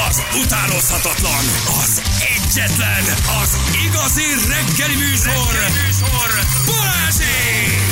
Az utánozhatatlan, az egyetlen, az igazi reggeli műsor, Balázsék!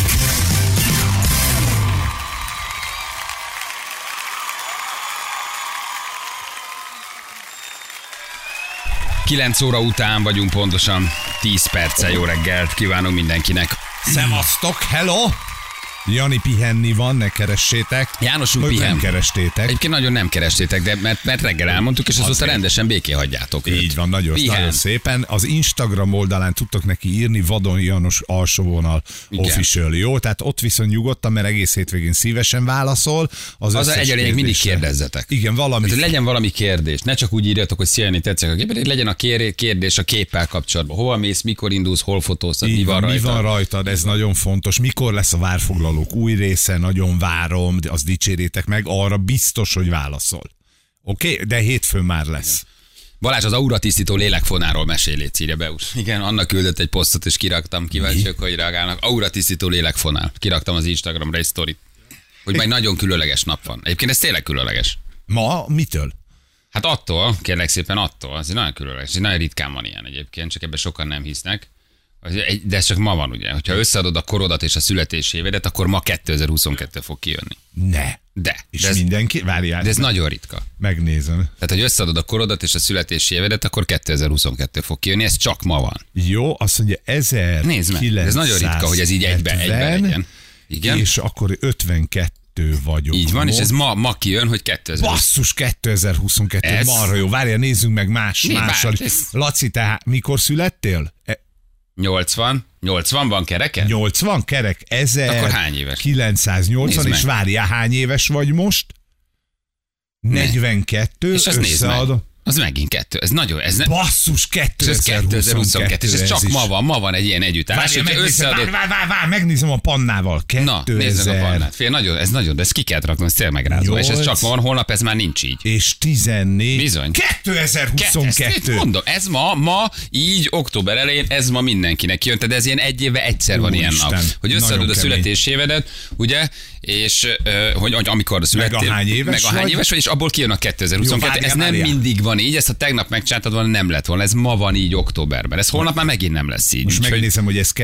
9 óra után vagyunk pontosan, 10 perccel. Jó reggelt kívánunk mindenkinek. Szevasztok, hello! Jani pihenni van, ne keressétek. János úr pihen. Nem kerestétek. Egyébként nagyon nem kerestétek, de mert reggel elmondtuk, és azóta rendesen béké hagyjátok őt. Így van, nagyon szépen. Az Instagram oldalán tudtok neki írni, Vadon János alsóvonal official, jó? Tehát ott viszont nyugodtan, mert egész hétvégén szívesen válaszol. Az egyelőre mindig kérdezzetek. Igen, valami. Tehát, legyen valami kérdés. Ne csak úgy írjatok, hogy Jani tetszik a képet, legyen a kérdés a képpel kapcsolatban. Hova mész, mikor indulsz, hol fotóztad, mi van rajtad. Ez nagyon fontos. Mikor lesz a Várfoglalók új része, nagyon várom, azt dicsérjétek meg, arra biztos, hogy válaszol. Oké? De hétfőn már lesz. Balázs, az auratisztító lélekfonáról mesélét, írja be úr. Igen, annak küldött egy posztot, és kiraktam, kíváncsiak, hogy reagálnak. Auratisztító lélekfonál. Kiraktam az Instagramra egy sztorit, hogy majd nagyon különleges nap van. Egyébként ez tényleg különleges. Ma mitől? Hát attól, kérlek szépen attól, ez nagyon különleges. Ez nagyon ritkán van ilyen egyébként, csak ebben sokan nem hisznek. De ez csak ma van, ugye? Hogyha összeadod a korodat és a születésévedet, akkor ma 2022 fog kijönni. Ne. És de ez, mindenki, várjál. De ez nagyon ritka. Megnézem. Tehát, hogy összeadod a korodat és a születésévedet, akkor 2022 fog kijönni, ez csak ma van. Jó, azt mondja 1970. Nézd meg, ez nagyon ritka, hogy ez így egyben legyen. Igen. És akkor 52 vagyok. Így van, és ez ma kijön, hogy 2022. Basszus, 2022, ez... marha jó. Várjál, nézzünk meg mással. Laci, te mikor születtél? 80 van kereken? 80 kerek, 1000. Akkor hány éves? 980, és várjál, hány éves vagy most? 42, és azt összeadom. Az megint 2. Ez nagyon, ez nem. Basszus, 2022. És ez csak ma van egy ilyen együttállás. Várj, megnézem a pannával. 2000. Na, nézzük a pannát. Fél, ez nagyon, de ezt ki kell raknom, ez tényleg megrázó. És ez csak ma van, holnap ez már nincs így. És 14. Bizony. 2022. Mondom, ez ma, így október elején, ez ma mindenkinek jön. Tehát ez ilyen egy éve egyszer van ilyen nap. Hogy összeadod a születésévedet, ugye, és hogy amikor születtél. Meg a hány éves vagy, és abból kijön a 2022. Ez nem mindig van így, ezt ha tegnap megcsináltad volna, nem lett volna. Ez ma van így októberben. Ez holnap már megint nem lesz így. Most megnézem, hogy ez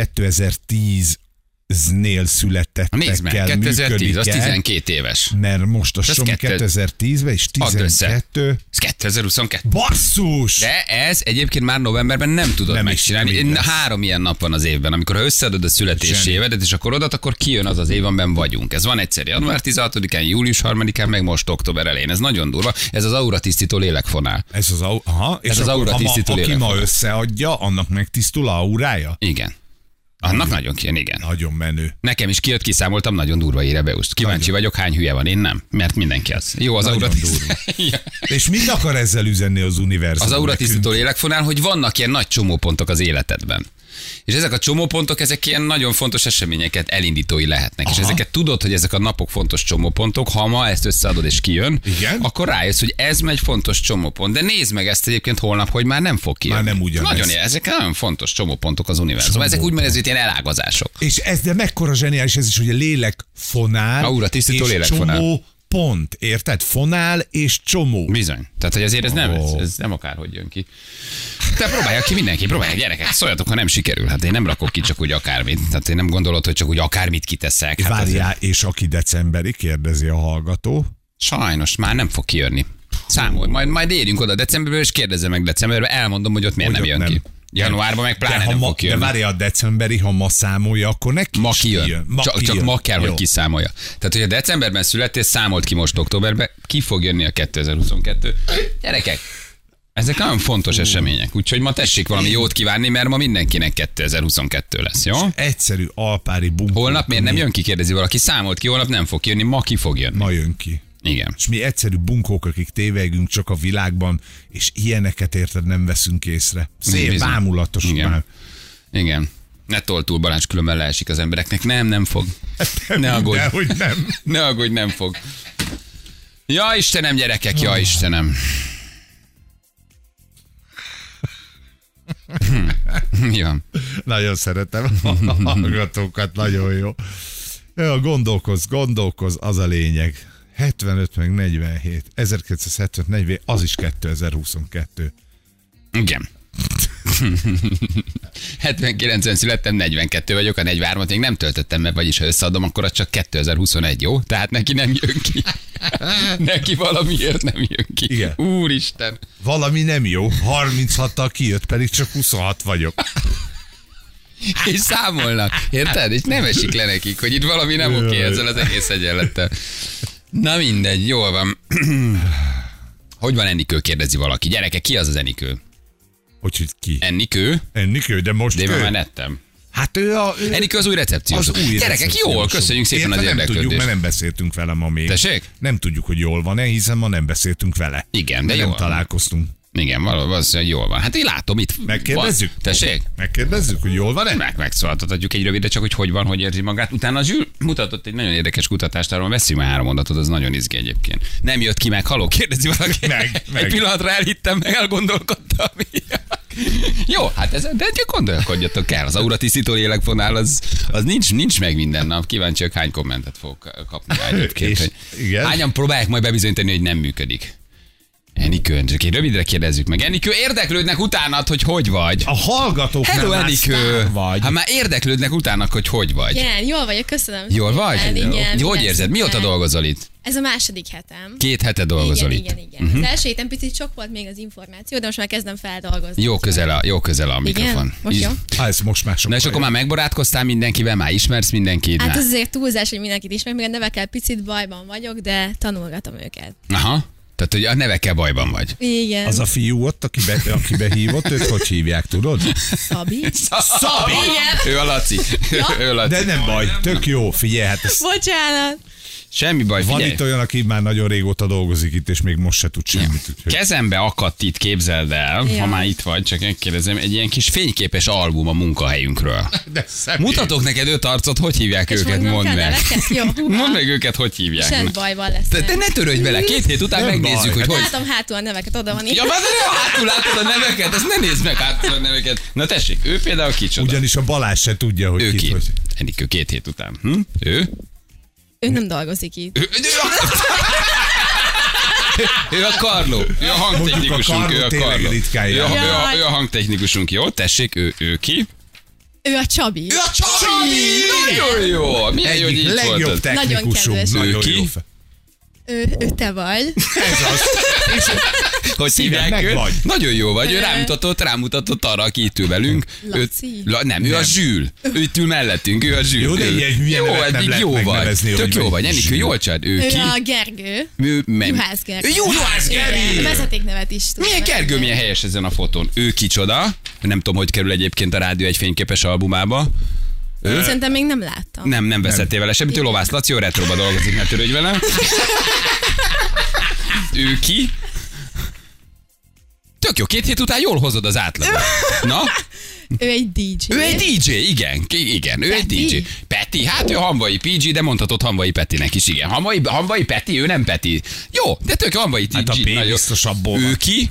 2010-nél születettekkel nézd meg, 2010, az 12 éves. Mert most a Somi 2010-ben és 12. Ez 2022. Basszus! De ez egyébként már novemberben nem tudod megcsinálni. 3 ilyen nap van az évben, amikor ha összeadod a születési évedet és a korodat, akkor kijön az év, amiben vagyunk. Ez van egyszer január 16-án, július 3-án, meg most október elején. Ez nagyon durva. Ez az auratisztító lélekfonál. Ez az auratisztító lélekfonál. Aki ma összeadja, annak megtisztul a aurája? Igen. Annak nagyon kijön, igen. Nagyon menő. Nekem is kijött, kiszámoltam, nagyon durva írebeust. Kíváncsi vagyok, hány hülye van, én nem, mert mindenki az. Jó, az auratisztító. És mit akar ezzel üzenni az univerzum? Az auratisztító lélekfonál, hogy vannak ilyen nagy csomópontok az életedben. És ezek a csomópontok, ezek ilyen nagyon fontos eseményeket elindítói lehetnek. Aha. És ezeket tudod, hogy ezek a napok fontos csomópontok, ha ma ezt összeadod és kijön, igen? Akkor rájössz, hogy ez egy fontos csomópont. De nézd meg ezt egyébként holnap, hogy már nem fog kijönni. Már nem ugyanez. Nagyon, ezek nagyon fontos csomópontok az univerzumban. Ezek úgy ezért ilyen elágazások. És ez de mekkora zseniális ez is, hogy a lélekfonál auratisztító lélekfonál. Pont, érted? Fonál és csomó. Bizony. Tehát, hogy azért ez nem akárhogy jön ki. Te próbálja ki mindenki, próbálja, gyerekek, szóljatok, ha nem sikerül. Hát én nem rakok ki csak úgy akármit. Tehát én nem gondolod, hogy csak úgy akármit kiteszek. Hát várjál, és aki decemberi, kérdezi a hallgató. Sajnos már nem fog kijönni. Számolj, majd érjünk oda decemberben, és kérdezze meg decemberben, elmondom, hogy ott miért nem jön ki. Januárban meg pláne nem fog kijönni. De várja a decemberi, ha ma számolja, akkor neki ma kijön. Csak ma kell, hogy kiszámolja. Tehát, hogy a decemberben születtél, számolt ki most októberben, ki fog jönni a 2022. Gyerekek, ezek nagyon fontos események, úgyhogy ma tessék valami jót kívánni, mert ma mindenkinek 2022 lesz, jó? Egyszerű alpári bunkó. Holnap miért nem jön ki, kérdezi valaki, számolt ki, holnap nem fog kijönni, ma ki fog jönni. Ma jön ki. Igen. És mi egyszerű bunkók, akik tévegünk csak a világban, és ilyeneket érted nem veszünk észre. Szép, bámulatos. Igen. Igen. Ne told túl, Balázs, különben leesik az embereknek. Nem fog. Ne aggódj. Hogy nem. Ne aggódj, nem fog. Ja, Istenem, gyerekek, ja, Istenem. Mi van? Nagyon szeretem a hallgatókat, nagyon jó. Ja, gondolkozz, az a lényeg. 75 meg 47. 1970, az is 2022. Igen. 79-ben születtem, 42 vagyok, a 43-at még nem töltöttem meg, vagyis ha összeadom, akkor az csak 2021, jó? Tehát neki nem jön ki. Neki valamiért nem jön ki. Igen. Úristen. Valami nem jó. 36-tal kijött, pedig csak 26 vagyok. És számolnak, érted? És nem esik le nekik, hogy itt valami nem oké ezzel az egész egyenlettel. Na mindegy, jól van. Hogy van Enikő, kérdezi valaki. Gyerekek, ki az az Enikő? Hogy ki? Ennikő? Ennikő, de most De én ő. már nettem. Hát ő Enikő az új recepciós. Az új Gyerekek, recepciós. jól, köszönjük szépen az Nem tudjuk, érdeklődést. mert nem beszéltünk vele ma még. Tessék? Nem tudjuk, hogy jól van-e, hiszen ma nem beszéltünk vele. Igen, de nem jól van. találkoztunk. Igen, valószínűleg jól van. Hát én látom itt. Megkérdezzük? Van. Tessék? Megkérdezzük, hogy jól van-e? Megszólaltatjuk egy rövidre, csak hogy van, hogy érzi magát. Utána a Zsül mutatott egy nagyon érdekes kutatást, arról veszünk már 3 mondatot, az nagyon izgi egyébként. Nem jött ki meg, haló, kérdezi valaki. Meg. Egy pillanatra elhittem, meg elgondolkodtam. Jó, hát ez, de gondolkodjatok el. Az auratisztító lélekfonál az nincs meg minden nap. Kíváncsiak, hány kommentet fogok kapni egyébként. Hogy igen. hányan próbálják majd bebizonyítani, hogy nem működik. Enikő, csak egy rövidre kérdezzük meg. Enikő, érdeklődnek utánad, hogy vagy? A hallgatóknál Hello, már Enikő! sztár vagy. Ha már érdeklődnek utánad, hogy vagy? Igen, jól vagyok, köszönöm. Jól vagy? Igen, Hogy érzed? Mióta dolgozol itt? Ez a második hetem. 2 hete dolgozol Igen, itt. igen. Az első héten picit sok volt még az információ, de most már kezdem feldolgozni. Jó közel a mikrofon. Igen? Most jó? Ez most már sokkal Na és akkor már megbarátkoztál mindenkivel, már ismersz mindenkit? Hát már? ez azért túlzás, hogy mindenkit ismerek, még a nevekkel picit bajban vagyok, de tanulgatom őket. Aha. Tehát, hogy a nevekkel bajban vagy. Igen. Az a fiú ott, aki behívott, őt hogy hívják, tudod? Szabi. Szabi! Igen. Ő a Laci. Ja. Ő a Laci. De nem baj, tök jó, figyelj, hát ez Bocsánat. Semmi baj, van figyelj. itt olyan, aki már nagyon régóta dolgozik itt, és még most se tud semmit. Úgyhogy... Kezembe akadt itt, képzeld el, Ja. ha már itt vagy, csak megkérdezem, egy ilyen kis fényképes album a munkahelyünkről. De személy. Mutatok neked 5 arcot, hogy hívják És őket, mondom mondd kell meg. neveket? Jó. Mondd meg őket, hogy hívják. Sem bajban lesz. De ne törődj bele, 2 hét után Nem megnézzük, baj. hogy hogy... Látom hátul a neveket, oda van így. Ja, már hátul látod a neveket, ezt ne nézd meg hátul a neveket. Na tessék, ő például kicsoda. Ugyanis a Balázs se tudja, hogy Ő kit, ki? hogy... Enikő 2 hét után. Ő? Ő nem dolgozik itt. Ő a Karló. Ő a hangtechnikusunk. Ő a tényleg Karló. ritkán Ő jön. a hangtechnikusunk. Jó, tessék, ő ki? Ő a Csabi. Ő a Csabi! Nagyon jó! Milyen jó, hogy Egyik így legjobb voltad. technikusunk. kedves. Nagyon Ő ki? jó. Ő te vagy. Ez az. És Hogy Szívem, hívják meg őt? vagy. Nagyon jó vagy. Ő rámutatott arra, aki itt ül velünk. Laci. Nem, ő a Zsül. Ő itt ül mellettünk, ő a Zsül. Jó, de ilyen hülye Jó, nevet nem eddig lehet jó vagy. megnevezni, Tök hogy jó vagy vagy. Enikő, Zsül. jól csináld. Ő Ő ki? a Gergő. Juhász Gergő. Juhász Gergő! Vezetéknevet is tudom. Milyen Gergő, milyen helyes ezen a fotón. Ő kicsoda. Nem tudom, hogy kerül egyébként a rádió egy fényképes albumába. Szerintem még nem láttam. Nem veszettél vele semmit. Ő Lovász Laci, ő retroba dolgozik, ne törődj vele. Ő ki? Tök jó, 2 hét után jól hozod az átlagot. Na? Ő egy DJ. Ő egy DJ, igen, ő egy Peti? DJ. Peti, hát ő Hanvai PG, de mondhatod Hanvai Petinek is, igen. Hanvai Peti, ő nem Peti. Jó, de tök Hanvai DJ. Hát a P nagyon jó. biztosabbból Ő van. ki?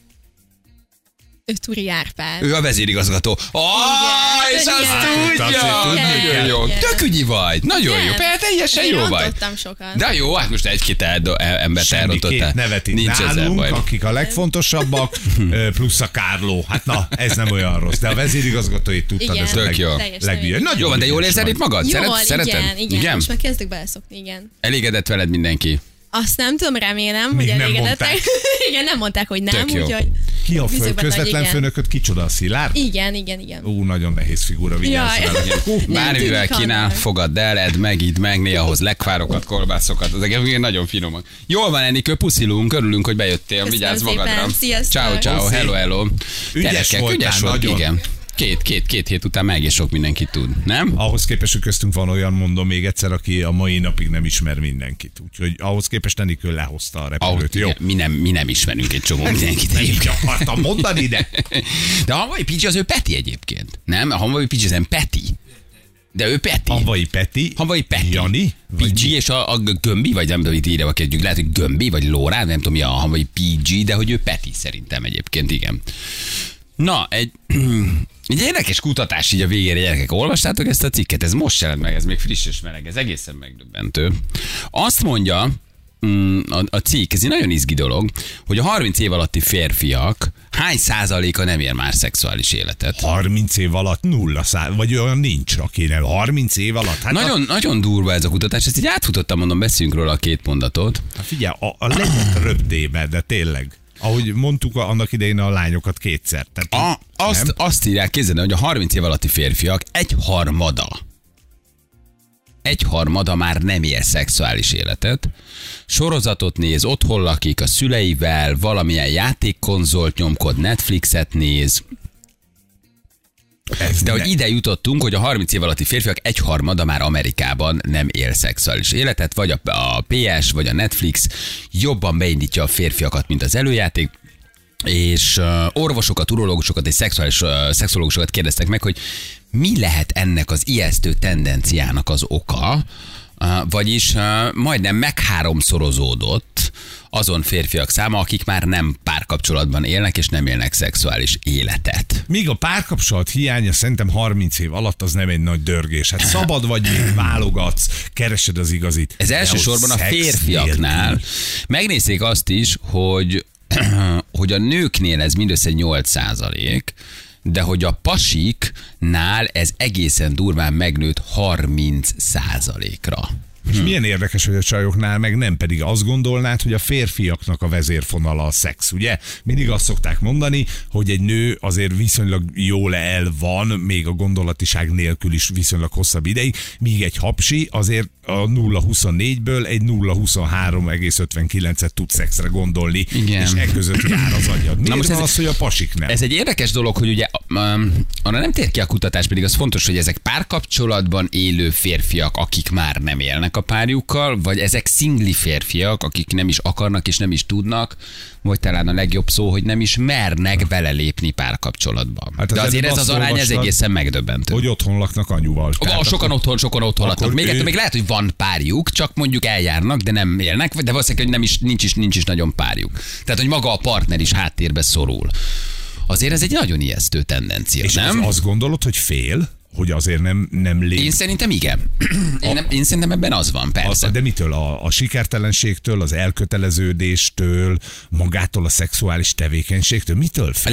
Ő Turi Árpád. Ő a vezérigazgató. És Igen, azt igen. tudja! Azt Nagyon igen. jó. Igen. Tök ügyi vagy. Nagyon jó. Persze, teljesen Én jó vagy. rontottam sokat. De jó, hát most 1-2 embert Semmi, elrontottál. 2 nevet itt Nincs ezzel nálunk, baj. akik a legfontosabbak, plusz a Kárló. Hát na, ez nem olyan rossz. De a vezérigazgatóit tudtad, Igen. ez Tök a jó. Teljes legügyebb. nevű. Nagyon Jó van, de jól ügyes érzed vagy. itt magad? Jól, Szereted? igen. Most már kezdek beleszokni, igen. Elégedett veled mindenki. Azt nem tudom, remélem, Még hogy nem elégedettek. mondták. Igen, nem mondták, hogy nem, Tök jó. úgyhogy Ki a bízok benne, hogy közvetlen igen. főnököd? Kicsoda, a Szilárd? Igen. Nagyon nehéz figura, vigyázz Jaj. vele. Bármivel tűnik kínál, annak. fogadd el, edd meg, idd meg, néhahoz legfárokat, kolbászokat, ezek nagyon finomak. Jól van, Enikő, puszilunk, örülünk, hogy bejöttél, Köszönöm vigyázz szépen. magadra. Sziasztok. Ciao, Puszi. hello. Ügyes Gyerekek, voltál, ügyes volt, nagyon. igen. Két hét után meg és sok mindenki tud, nem? Ahhoz képest, hogy köztünk van olyan, mondom még egyszer, aki a mai napig nem ismer mindenkit. Úgyhogy ahhoz képest Enikő lehozta a repülőt. Jó? Mi nem ismerünk egy csomó mindenkit Nem így egyébként. akartam mondani, de... De a Hanvai Picsi az ő Peti egyébként. Nem? A Hanvai Picsi az nem Peti. De ő Peti. Hanvai Peti. Hanvai Peti. Jani? PG és a Gömbi, vagy nem tudom, itt írva kezdjük. Lehet, hogy Gömbi, vagy Lórá, nem tudom mi a Hanvai PG, de hogy ő Peti szerintem egyébként, igen. Na, egy érdekes kutatás így a végére, gyerekek. Olvastátok ezt a cikket? Ez most jelent meg, ez még friss és meleg, ez egészen megdöbbentő. Azt mondja, a cikk, ez egy nagyon izgi dolog, hogy a 30 év alatti férfiak hány százaléka nem ér már szexuális életet? 30 év alatt 0%, vagy olyan nincs, akinek 30 év alatt. Hát nagyon durva ez a kutatás, ezt így átfutottam, mondom, beszéljünk róla a 2 mondatot. Hát figyelj, a legyet röptébe, de tényleg. Ahogy mondtuk annak idején a lányokat 2-szer. Azt írják, kézzel, hogy a 30 év alatti férfiak egyharmada már nem él szexuális életet, sorozatot néz, otthon lakik a szüleivel, valamilyen játékkonzolt nyomkod, Netflixet néz. De hogy ide jutottunk, hogy a 30 év alatti férfiak egyharmada már Amerikában nem él szexuális életet, vagy a PS, vagy a Netflix jobban beindítja a férfiakat, mint az előjáték. És orvosokat, urológusokat és szexuológusokat kérdeztek meg, hogy mi lehet ennek az ijesztő tendenciának az oka, vagyis majdnem megháromszorozódott azon férfiak száma, akik már nem párkapcsolatban élnek, és nem élnek szexuális életet. Míg a párkapcsolat hiánya szerintem 30 év alatt az nem egy nagy dörgés. Hát szabad vagy, még válogatsz, keresed az igazit. Ez elsősorban a férfiaknál. Megnézték azt is, hogy a nőknél ez mindössze 8%, de hogy a pasiknál ez egészen durván megnőtt 30%-ra. És milyen érdekes, hogy a csajoknál meg nem, pedig azt gondolnád, hogy a férfiaknak a vezérfonala a szex, ugye? Mindig azt szokták mondani, hogy egy nő azért viszonylag jól el van, még a gondolatiság nélkül is viszonylag hosszabb ideig, míg egy hapsi azért a 0-24-ből egy 0-23,59-et tud szexre gondolni, igen. És között jár az agyad. Miért van az, hogy a pasik nem? Ez egy érdekes dolog, hogy ugye arra nem tér ki a kutatás, pedig az fontos, hogy ezek párkapcsolatban élő férfiak, akik már nem élnek a párjukkal, vagy ezek szingli férfiak, akik nem is akarnak és nem is tudnak, vagy talán a legjobb szó, hogy nem is mernek belelépni párkapcsolatba. Hát de azért ez az arány, ez egészen megdöbbentő. Hogy otthon laknak anyuval. Sokan otthon laknak. Még lehet, hogy van párjuk, csak mondjuk eljárnak, de nem élnek, de valószínűleg, hogy nincs is nagyon párjuk. Tehát, hogy maga a partner is háttérbe szorul. Azért ez egy nagyon ijesztő tendencia, és nem? És azt gondolod, hogy fél? Hogy azért nem lép. Én szerintem igen. Én szerintem ebben az van, persze. De mitől? A sikertelenségtől, az elköteleződéstől, magától a szexuális tevékenységtől? Mitől félsz?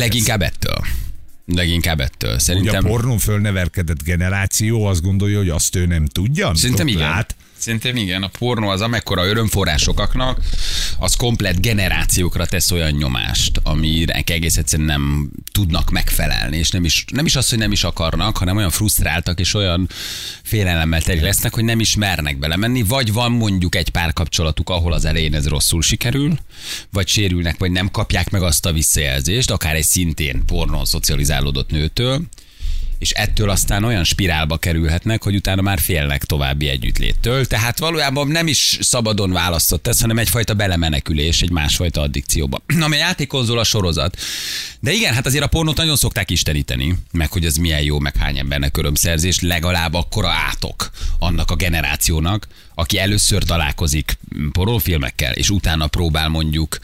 Leginkább ettől. Szerintem... Hogy a pornón fölnevelkedett generáció azt gondolja, hogy azt ő nem tudja? Szerintem igen. Szerintem igen, a pornó az amekkora örömforrás sokaknak, az komplett generációkra tesz olyan nyomást, amire egész egyszerűen nem tudnak megfelelni, és nem is az, hogy nem is akarnak, hanem olyan frusztráltak és olyan félelemmel teli lesznek, hogy nem is mernek belemenni, vagy van mondjuk egy párkapcsolatuk, ahol az elején ez rosszul sikerül, vagy sérülnek, vagy nem kapják meg azt a visszajelzést, akár egy szintén pornón szocializálódott nőtől, és ettől aztán olyan spirálba kerülhetnek, hogy utána már félnek további együttléttől. Tehát valójában nem is szabadon választott ez, hanem egyfajta belemenekülés, egy másfajta addikcióba. Ami játékonzol a sorozat. De igen, hát azért a pornót nagyon szokták isteníteni, meg hogy ez milyen jó, meg hány embernek örömszerzés, legalább akkora átok annak a generációnak, aki először találkozik pornófilmekkel, és utána próbál mondjuk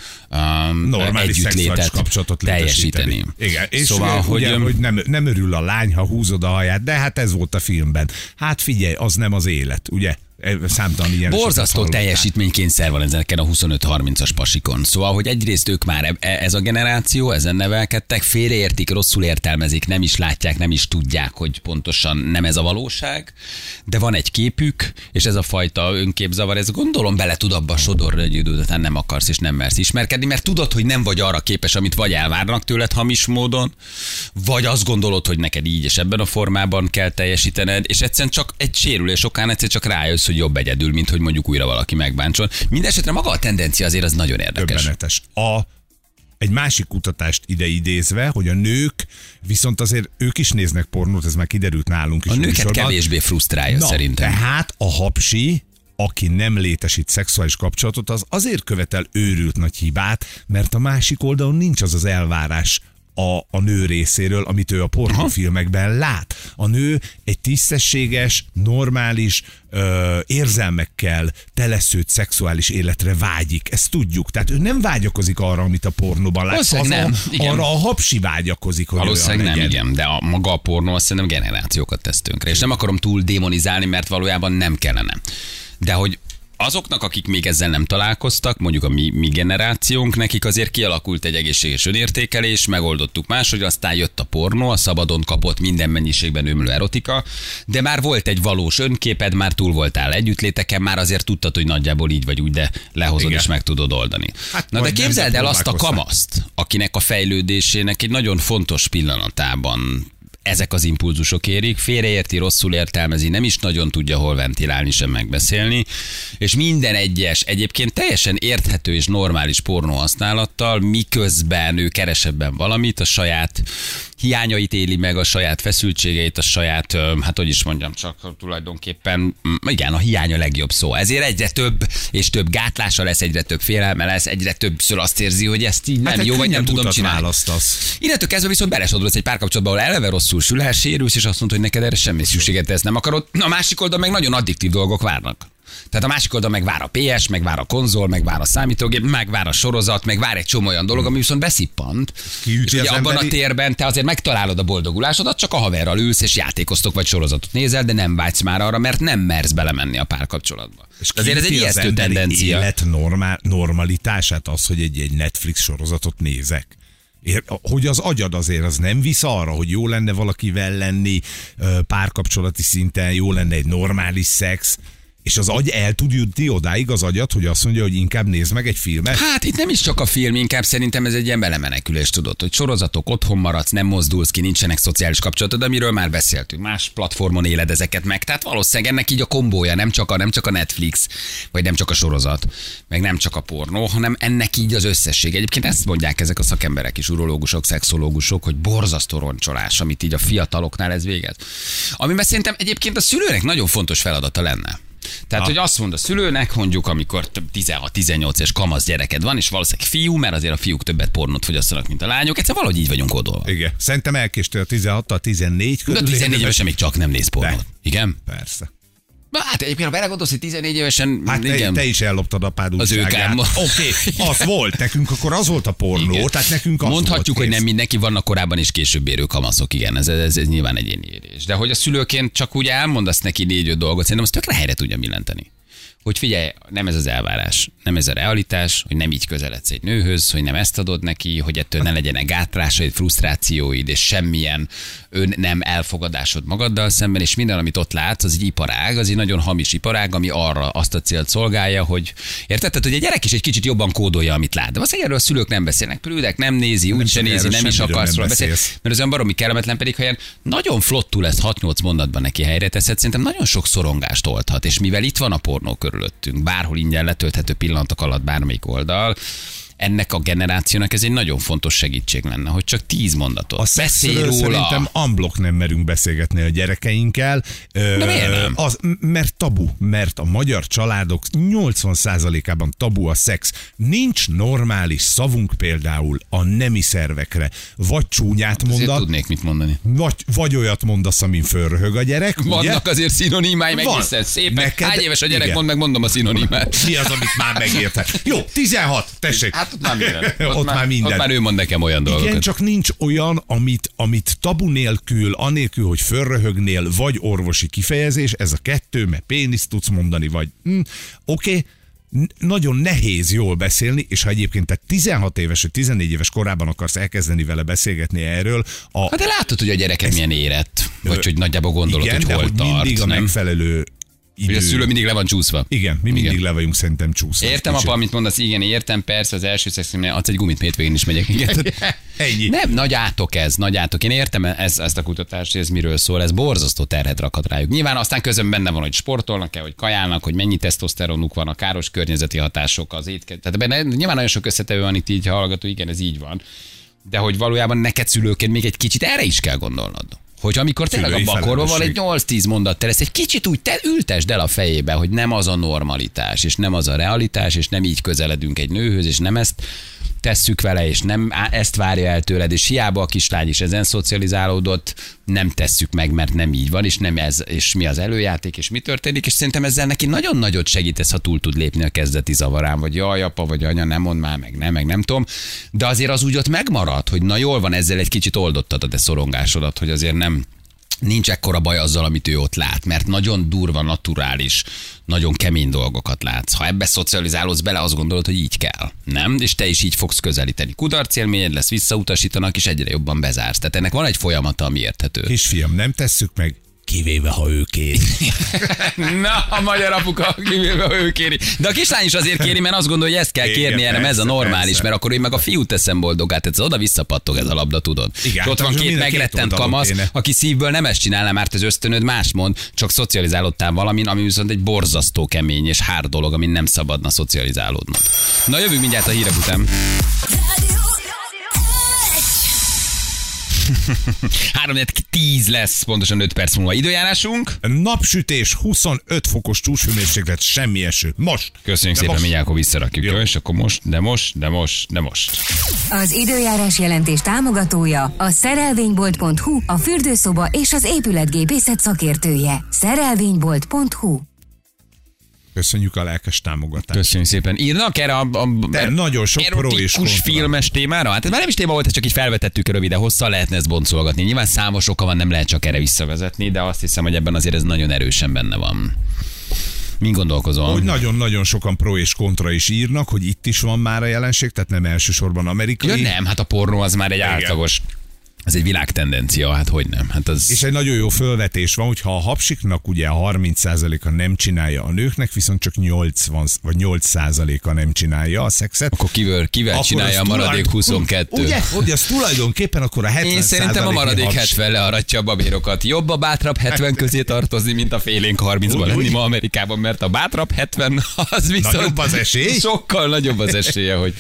együttlétet kapcsolatot teljesíteni. Igen, és szóval, ugye, hogy nem örül a lány, ha húzod a haját, de hát ez volt a filmben. Hát figyelj, az nem az élet, ugye? Számtalan ilyen borzasztó teljesítménykényszer van ezeken a 25-30-as pasikon. Szóval, hogy egyrészt ők már ez a generáció, ezen nevelkedtek, félreértik, rosszul értelmezik, nem is látják, nem is tudják, hogy pontosan nem ez a valóság, de van egy képük, és ez a fajta önképzavar, ez gondolom bele tud abba sodorni, hogy idő után nem akarsz és nem mersz ismerkedni, mert tudod, hogy nem vagy arra képes, amit vagy elvárnak tőled hamis módon, vagy azt gondolod, hogy neked így és ebben a formában kell teljesítened, és egyszerűen csak egy sérülés okán egyszer csak rájössz, hogy jobb egyedül, mint hogy mondjuk újra valaki megbántson. Mindenesetre maga a tendencia azért az nagyon érdekes. Döbbenetes. Egy másik kutatást ide idézve, hogy a nők viszont azért ők is néznek pornót, ez már kiderült nálunk is. A nőket kevésbé frusztrálja szerintem. Tehát a hapsi, aki nem létesít szexuális kapcsolatot, az azért követel őrült nagy hibát, mert a másik oldalon nincs az az elvárás a nő részéről, amit ő a pornófilmekben lát. A nő egy tisztességes, normális, érzelmekkel teleszőtt szexuális életre vágyik. Ezt tudjuk. Tehát ő nem vágyakozik arra, amit a pornóban lát. Arra a hapsi vágyakozik, hogy valószínűleg nem, igen. De maga a pornó azt szerintem generációkat tesz tönkre. És nem akarom túl démonizálni, mert valójában nem kellene. De hogy azoknak, akik még ezzel nem találkoztak, mondjuk a mi generációnk, nekik azért kialakult egy egészséges önértékelés, megoldottuk máshogy, aztán jött a pornó, a szabadon kapott minden mennyiségben ömlő erotika, de már volt egy valós önképed, már túl voltál együttléteken, már azért tudtad, hogy nagyjából így vagy úgy, de lehozod és meg tudod oldani. Hát Na de képzeld el azt a próbálkoztál. kamaszt, akinek a fejlődésének egy nagyon fontos pillanatában ezek az impulzusok érik, félreérti, rosszul értelmezi, nem is nagyon tudja hol ventilálni, sem megbeszélni, és minden egyes, egyébként teljesen érthető és normális pornó használattal, miközben ő keres ebben valamit, a saját hiányait éli meg, a saját feszültségeit, a saját, hát hogy is mondjam, csak tulajdonképpen, igen, a hiány a legjobb szó. Ezért egyre több és több gátlása lesz, egyre több félelme lesz, egyre többször azt érzi, hogy ezt így nem Hát jó, vagy nem tudom csinálni. Választasz. Innentől kezdve viszont belesodolsz egy párkapcsolatba, ahol eleve rosszul sül el, sérülsz, és azt mondod, hogy neked erre semmi szükséged, te ezt nem akarod. A másik oldal meg nagyon addiktív dolgok várnak. Tehát a másik oldal meg vár a PS, meg vár a konzol, meg vár a számítógép, meg vár a sorozat, meg vár egy csomó olyan dolog, ami viszont beszippant. Kiüti És ugye az abban emberi- a térben te azért megtalálod a boldogulásodat, csak a haverral ülsz, és játékoztok, vagy sorozatot nézel, de nem vágysz már arra, mert nem mersz belemenni a párkapcsolatba. És De azért ez egy kiüti az ijesztő emberi tendencia. Élet normalitását az, hogy egy Netflix sorozatot nézek. Hogy az agyad azért az nem visz arra, hogy jó lenne valakivel lenni, párkapcsolati szinten, jó lenne egy normális szex, és az agy el tud jutni odáig az agyat, hogy azt mondja, hogy inkább nézd meg egy filmet. Hát itt nem is csak a film, inkább szerintem ez egy ilyen belemenekülés, tudod, hogy sorozatok, otthon maradsz, nem mozdulsz ki, nincsenek szociális kapcsolatod, amiről már beszéltünk. Más platformon éled ezeket meg. Tehát valószínűleg ennek így a kombója, nem csak a Netflix, vagy nem csak a sorozat, meg nem csak a pornó, hanem ennek így az összesség. Egyébként ezt mondják ezek a szakemberek is, urológusok, szexológusok, hogy borzasztó roncsolás, amit így a fiataloknál ez végez. Amiben szerintem egyébként a szülőnek nagyon fontos feladata lenne. Tehát, hogy azt mond a szülőnek, mondjuk, amikor 16-18 és kamasz gyereked van, és valószínűleg fiú, mert azért a fiúk többet pornót fogyasszanak, mint a lányok, egyszer valahogy így vagyunk kódolva. Igen. Szerintem elkéstél a 16-tal 14 De a 14 évesen még csak nem néz pornót. De. Igen? Persze. Hát egyébként, ha belegondolsz, hogy 14 évesen, Hát igen. te is elloptad apád Az újságát. őkám. Oké, az volt. Nekünk akkor az volt a pornó, Igen. tehát nekünk az Mondhatjuk, volt, hogy kész. nem mindenki, vannak korábban és később érő kamaszok, igen, ez nyilván egyéni érés. De hogy a szülőként csak úgy elmondasz neki 4-5 dolgot, szerintem azt tökre helyre tudja millenteni. Hogy figyelj, nem ez az elvárás, nem ez a realitás, hogy nem így közeledsz egy nőhöz, hogy nem ezt adod neki, hogy ettől ne legyenek gátlásaid, frusztrációid, és semmilyen nem elfogadásod magaddal szemben, és minden, amit ott látsz, az egy iparág, az egy nagyon hamis iparág, ami arra azt a célt szolgálja, hogy érted, tehát, hogy a gyerek is egy kicsit jobban kódolja, amit lát. De azt erről a szülők nem beszélnek, prűdek, nem nézi, úgy se nézi, erről nem is semmiről akarsz nem róla beszélni, beszélsz. mert az olyan baromi kellemetlen, pedig ha ilyen nagyon flottul lesz 6-8 mondatban neki helyre teszed, szerintem nagyon sok szorongást oldhat, és mivel itt van a pornó körülöttünk, bárhol ingyen letölthető pillanatok alatt bármelyik oldal, ennek a generációnak ez egy nagyon fontos segítség lenne, hogy csak 10 mondatot. A Beszélj szexről róla. szerintem unblock nem merünk beszélgetni a gyerekeinkkel. De miért nem? Mert tabu, mert a magyar családok 80%-ában tabu a szex. Nincs normális szavunk például a nemi szervekre. Vagy csúnyát Azért mondat, tudnék mit mondani. vagy olyat mondasz, amin fölröhög a gyerek. Vannak ugye? azért szinonimáj, meg Van. hiszen szépek. Neked- Hány éves a gyerek, igen. mondd meg, mondom a szinonimát. Mi az, amit már megérted? Jó, 16, tessék. Hát ott már minden. Ott már minden. Ott már ő mond nekem olyan dolgokat. Igen, csak nincs olyan, amit tabu nélkül, anélkül, hogy fölröhögnél, vagy orvosi kifejezés, ez a kettő, mert péniszt tudsz mondani, vagy oké, nagyon nehéz jól beszélni, és ha egyébként te 16 éves vagy 14 éves korában akarsz elkezdeni vele beszélgetni erről, Hát de látod, hogy a gyereket milyen érett, vagy hogy nagyjából gondolod, igen, hogy de hol hogy tart, mindig a nem? megfelelő idő. Hogy a szülő mindig le van csúszva. Igen, mi mindig Igen. le vagyunk szerintem csúszva. Értem, Kicsit. apa, amit mondasz, igen, értem, persze, az első szeximnél adsz egy gumit, hétvégén is megyek. Igen. Ennyi. Nem, nagy átok ez, nagy átok. Én értem ezt a kutatást, hogy ez miről szól, ez borzasztó terhet rakhat rájuk. Nyilván aztán közben benne van, hogy sportolnak-e, hogy kajálnak, hogy mennyi tesztoszteronuk van, a káros környezeti hatások, az étkezés. Tehát benne nyilván nagyon sok összetevő van itt így hallgató, igen, ez így van. De hogy valójában neked szülőként még egy kicsit erre is kell gondolnod. Hogy amikor tényleg Szülői abban a korban van egy felelősség. 8-10 mondat, ezt egy kicsit úgy te ültesd el a fejébe, hogy nem az a normalitás, és nem az a realitás, és nem így közeledünk egy nőhöz, és nem ezt tesszük vele, és nem ezt várja el tőled, és hiába a kislány is ezen szocializálódott, nem tesszük meg, mert nem így van, és nem ez, és mi az előjáték, és mi történik, és szerintem ezzel neki nagyon nagyot segítesz, ha túl tud lépni a kezdeti zavarán, vagy jaj, apa, vagy anya, nem mond már, meg nem tudom, de azért az úgy ott megmarad, hogy na jól van, ezzel egy kicsit oldottad a te szorongásodat, hogy azért nem nincs ekkora baj azzal, amit ő ott lát, mert nagyon durva, naturális, nagyon kemény dolgokat látsz. Ha ebbe szocializálódsz bele, azt gondolod, hogy így kell. Nem? És te is így fogsz közelíteni. Kudarcélményed lesz, visszautasítanak, és egyre jobban bezársz. Tehát ennek van egy folyamata, ami érthető. Kisfiam, nem tesszük meg, kivéve, ha ő kéri. Na, a magyar apuka, kivéve, ha ő kéri. De a kislány is azért kéri, mert azt gondolja, hogy ezt kell kérni, erre ez a normális, persze. Mert akkor én meg a fiút teszem boldogát, ez oda visszapattog ez a labda, tudod. Igen, ott van két megrettent kamasz, aki szívből nem ezt csinálna, mert az ösztönöd más mond, csak szocializálódtál valamin, ami viszont egy borzasztó kemény és hár dolog, amin nem szabadna szocializálódnod. Na, jövünk mindjárt a hírek után. 3:10 lesz, pontosan 5 perc múlva időjárásunk. Napsütés, 25 fokos csúcshőmérséklet, semmi eső. Most. Köszönjük szépen, mindjárt akkor visszarakjuk. Jó. És akkor most. Az időjárás jelentés támogatója a szerelvénybolt.hu, a fürdőszoba és az épületgépészet szakértője. Szerelvénybolt.hu. Köszönjük a lelkes támogatást. Köszönjük szépen. Írnak erre a nagyon sok pro és kontra filmes témára? Hát ez már nem is téma volt, ez csak így felvetettük röviden, hosszan lehetne ezt boncolgatni. Nyilván számos oka van, nem lehet csak erre visszavezetni, de azt hiszem, hogy ebben azért ez nagyon erősen benne van. Min gondolkozol? Hogy nagyon-nagyon sokan pro és kontra is írnak, hogy itt is van már a jelenség, tehát nem elsősorban amerikai. Ja, nem, hát a pornó az már egy átlagos. Ez egy világtendencia, hát hogy nem? Hát az... És egy nagyon jó fölvetés van, hogyha a hapsiknak ugye a 30%-a nem csinálja a nőknek, viszont csak 80 vagy 8%-a nem csinálja a szexet. Akkor kivel csinálja a maradék 22? Ugye, hogy az tulajdonképpen akkor a 70%. Én szerintem a maradék 70 learatja a babérokat. Jobb a bátrabb 70 közé tartozni, mint a félénk 30-ban lenni ma Amerikában, mert a bátrabb 70 az viszont nagyobb az esély? Sokkal nagyobb az esélye, hogy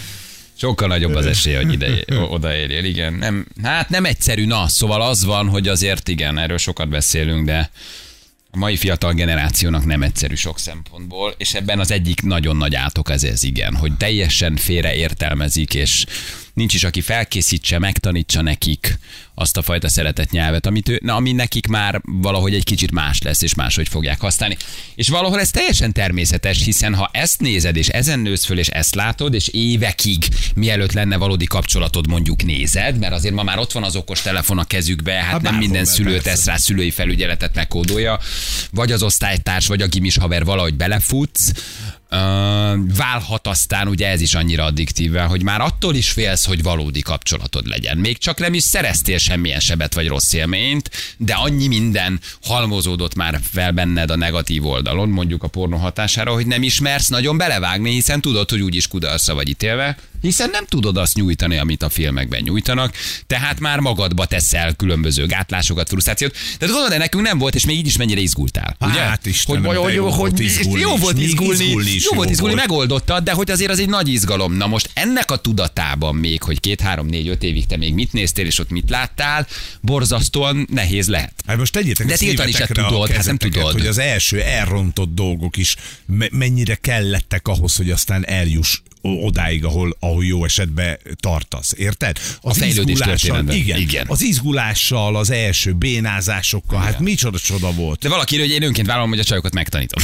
hogy odaérjél, igen. Nem egyszerű, szóval az van, hogy azért igen, erről sokat beszélünk, de a mai fiatal generációnak nem egyszerű sok szempontból, és ebben az egyik nagyon nagy átok ez igen, hogy teljesen félre értelmezik, és nincs is, aki felkészítse, megtanítsa nekik azt a fajta szeretett nyelvet, ami nekik már valahogy egy kicsit más lesz, és máshogy fogják használni. És valahol ez teljesen természetes, hiszen ha ezt nézed, és ezen nősz föl, és ezt látod, és évekig, mielőtt lenne valódi kapcsolatod, mondjuk nézed, mert azért ma már ott van az okos telefon a kezükbe, hát nem minden szülő tesz rá szülői felügyeletet megkódolja, vagy az osztálytárs, vagy a gimis haver valahogy belefutsz, válhat aztán ugye ez is annyira addiktív, hogy már attól is félsz, hogy valódi kapcsolatod legyen. Még csak nem is szereztél semmilyen sebet vagy rossz élményt, de annyi minden halmozódott már fel benned a negatív oldalon, mondjuk a pornó hatására, hogy nem ismersz nagyon belevágni, hiszen tudod, hogy úgyis kudarcra vagy ítélve, hiszen nem tudod azt nyújtani, amit a filmekben nyújtanak, tehát már magadba teszel különböző gátlásokat, frusztrációt. De tudod, de nekünk nem volt, és még így is mennyire izgultál. Ugye? Hát Istenem, jó volt izgulni, megoldottad, de hogy azért az egy nagy izgalom. Na most ennek a tudatában még, hogy 2, 3, 4, 5 évig te még mit néztél, és ott mit láttál, borzasztóan nehéz lehet. Hát most tegyétek de tiltani se tudod, hát nem tudod. Hogy az első elrontott dolgok is mennyire kellettek ahhoz, hogy aztán eljuss odáig, ahol jó esetben tartasz. Érted? A fejlődés történetben. Igen. Az izgulással, az első bénázásokkal, igen. Hát micsoda csoda volt. De valaki írja, hogy én önként vállalom, hogy a csajokat megtanítom.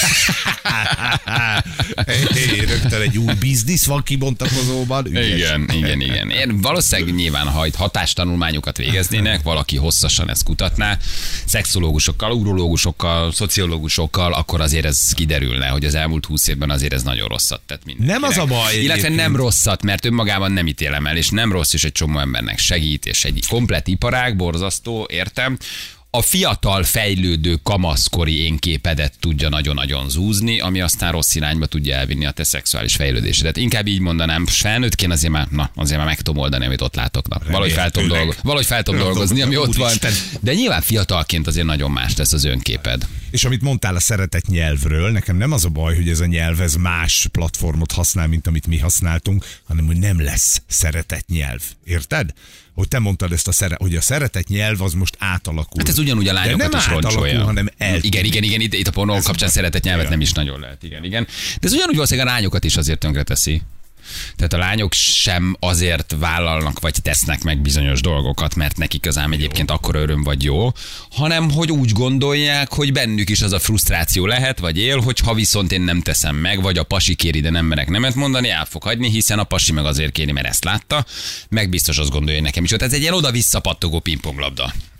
Rögtön egy új biznisz van kibontakozóban. Igen. Én valószínűleg nyilván, ha itt hatástanulmányokat végeznének, valaki hosszasan ezt kutatná, szexológusokkal, urológusokkal, szociológusokkal, akkor azért ez kiderülne, hogy az elmúlt 20 évben azért ez nagyon rosszat tett mindenkinek. Nem az a baj. Illetve nem rosszat, mert önmagában nem ítélem el, és nem rossz, és egy csomó embernek segít, és egy komplett iparág, borzasztó, értem. A fiatal, fejlődő, kamaszkori énképedet tudja nagyon-nagyon zúzni, ami aztán rossz irányba tudja elvinni a te szexuális fejlődésedet. Inkább így mondanám, felnőttként azért már meg tudom oldani, amit ott látok. Valahogy fel tudom dolgozni, ami ott van. De nyilván fiatalként azért nagyon más lesz az önképed. És amit mondtál a szeretett nyelvről, nekem nem az a baj, hogy ez a nyelv ez más platformot használ, mint amit mi használtunk, hanem hogy nem lesz szeretett nyelv. Érted? Hogy te mondtad ezt hogy a szeretett nyelv az most átalakul. Hát ez ugyanúgy a lányokat is roncsolja. Hanem eltűnik. Igen, itt a pornó kapcsán szeretett nyelvet nem is nagyon lehet. Igen. De ez ugyanúgy valószínűleg a lányokat is azért tönkreteszi. Tehát a lányok sem azért vállalnak vagy tesznek meg bizonyos dolgokat, mert nekik az ám egyébként akkora öröm vagy jó, hanem hogy úgy gondolják, hogy bennük is az a frusztráció lehet, vagy él, hogy ha viszont én nem teszem meg, vagy a pasi kéri, de nem merek nemet mondani, el fog hagyni, hiszen a pasi meg azért kéri, mert ezt látta, meg biztos azt gondolja, hogy nekem is. Tehát ez egy ilyen oda-vissza pattogó pingponglabda.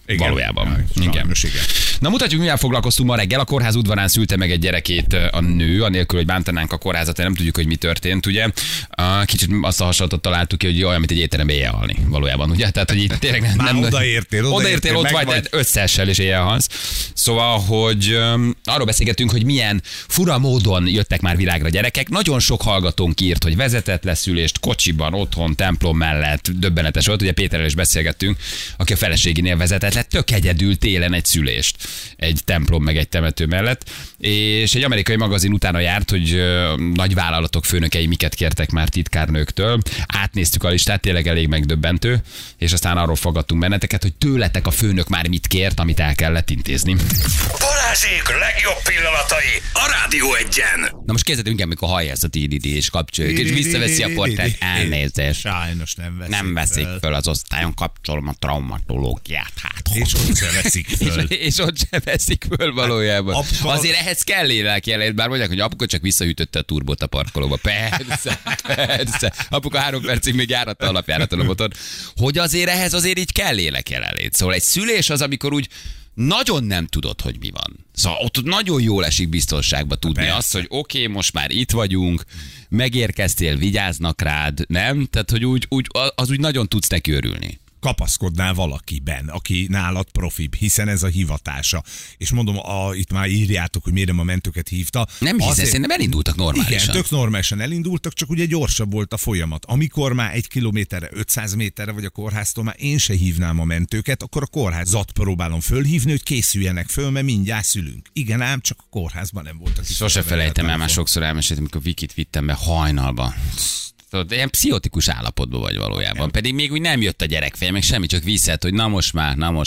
Igen. Valójában. Sajnos, igen. Na mutatjuk, mivel foglalkoztunk ma reggel. A kórház udvarán szülte meg egy gyerekét a nő, anélkül, hogy bántanánk a kórházat, nem tudjuk, hogy mi történt, ugye. Kicsit azt a hasonlatot találtuk ki, hogy olyan, mint egy étterembe éjjelhalni valójában, ugye? Tehát, hogy itt tényleg nem odaértél, ott vagy, de összeessel és éjjelhalsz. Szóval, hogy arról beszélgetünk, hogy milyen fura módon jöttek már világra gyerekek. Nagyon sok hallgatónk írt, hogy vezetett leszülést kocsiban, otthon, templom mellett, döbbenetes volt. Ugye Péterrel is beszélgettünk, aki a feleségénél vezetett le tök egyedül télen egy szülést egy templom meg egy temető mellett, és egy amerikai magazin utána járt, hogy nagy vállalatok főnökei miket kértek már titkárnőktől. Átnéztük a listát, tényleg elég megdöbbentő, és aztán arról fogadtunk benneteket, hogy tőletek a főnök már mit kért, amit el kellett intézni. Balázsék legjobb pillanatai a Rádió Egyen. Na most kezdetünk, amikor hallja ezt a TDD és kapcsoljuk, és visszaveszi a portát. Elnézést. Sajnos nem veszik föl az osztályon, kapcsolom a traumatológiát. És ott se veszik föl. És ott se veszik föl valójában. Azért ehhez kell lélekjelent, bár mondják, hogy apuka csak visszahűtötte a turbót a parkolóba. Persze. Apuka 3 percig még járatta alapjáraton a motor. Hogy azért ehhez azért így kell lélekjelenlét. Szóval egy szülés az, amikor úgy nagyon nem tudod, hogy mi van. Szóval ott nagyon jól esik biztonságba tudni persze. azt, hogy oké, most már itt vagyunk, megérkeztél, vigyáznak rád, nem? Tehát, hogy az úgy nagyon tudsz neki örülni. Kapaszkodnál valakiben, aki nálad profibb, hiszen ez a hivatása. És mondom, itt már írjátok, hogy miért nem a mentőket hívta. Nem hiszem, szerintem elindultak normálisan. Igen, tök normálisan elindultak, csak ugye gyorsabb volt a folyamat. Amikor már 1 kilométerre, 500 méterre vagy a kórháztól, már én se hívnám a mentőket, akkor a kórházat próbálom fölhívni, hogy készüljenek föl, mert mindjárt szülünk. Igen ám, csak a kórházban nem voltak. Sose felejtem el, már sokszor elmeséltem, amikor Vikit vittem be hajnalba. Ilyen pszichotikus állapotban vagy valójában. Igen. Pedig még úgy nem jött a gyerekfeje, meg semmi, csak visszelt, hogy na most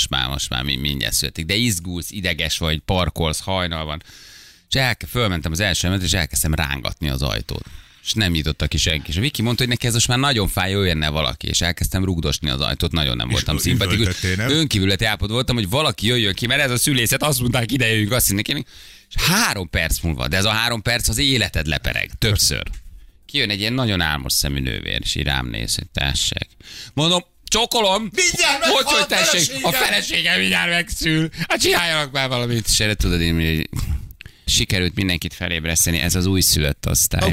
már mindjárt születik. De izgulsz, ideges vagy, parkolsz, hajnal van. És fölmentem az első emelet, és elkezdtem rángatni az ajtót. És nem nyitotta ki senki. És a Viki mondta, hogy neki ez most már nagyon fáj, jöjjenne valaki. És elkezdtem rugdosni az ajtót, nagyon nem voltam szimpatikus. Önkívületi állapot voltam, hogy valaki jöjjön ki, mert ez a szülészet, azt mondták, ide jöjjünk, azt hinnék. És 3 perc múlva, de ez a 3 perc az életed lepereg, többször. Kijön egy ilyen nagyon álmos szemű nővér, és így rám néz, hogy tessék. Mondom, csókolom! Hogy tessék, a feleségem mindjárt megszül. Hát csináljanak már valamit. És erre tudod én, hogy sikerült mindenkit felébreszteni, ez az újszülött osztály.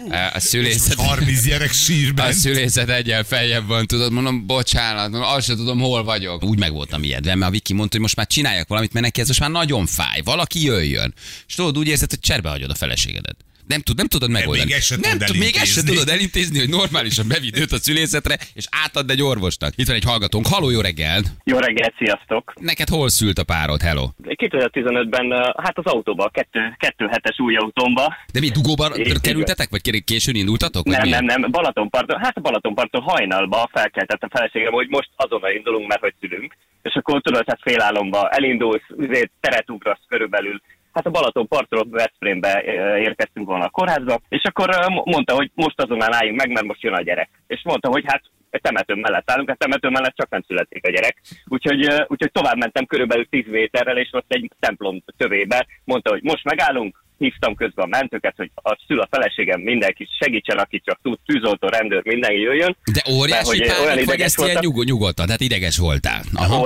A szülészet... 30 gyerek sírben. A szülészet egyen feljebb van, tudod, mondom, bocsánat, mondom, azt sem tudom, hol vagyok. Úgy meg voltam ijedve, mert a Viki mondta, hogy most már csináljak valamit, mert neki ez most már nagyon fáj. Valaki jöjjön. És tudod, úgy érzed, hogy cserbe hagyod a feleségedet. Nem tudod megoldani. Még ezt se tudod elintézni, hogy normálisan bevidd őt a szülészetre, és átadd egy orvosnak. Itt van egy hallgatónk. Halló, jó reggelt! Jó reggelt, sziasztok! Neked hol szült a párod? Hello! 2015-ben, hát az autóba, a 2.7-es új autómba. De mi, dugóban kerültetek? Vagy későn indultatok? Nem, Balatonparton hajnalba felkeltett a feleségem, hogy most azonnal indulunk, mert hogy szülünk. És akkor tudod, hát félálomba elindulsz, teret ugrasz körülbelül. Hát a Balatonpartról Veszprémbe érkeztünk volna a kórházba, és akkor mondta, hogy most azonnal álljunk meg, mert most jön a gyerek. És mondta, hogy hát egy temető mellett állunk, a temető mellett csak nem születik a gyerek. Úgyhogy tovább mentem körülbelül 10 méterrel, és ott egy templom tövébe mondta, hogy most megállunk. Hívtam közben a mentőket, hogy a feleségem mindenki segítsen, aki csak tud, tűzoltó, rendőr, mindenki jöjjön. De óriási pánik, vagy ezt ilyen nyugodtan, tehát ideges voltál?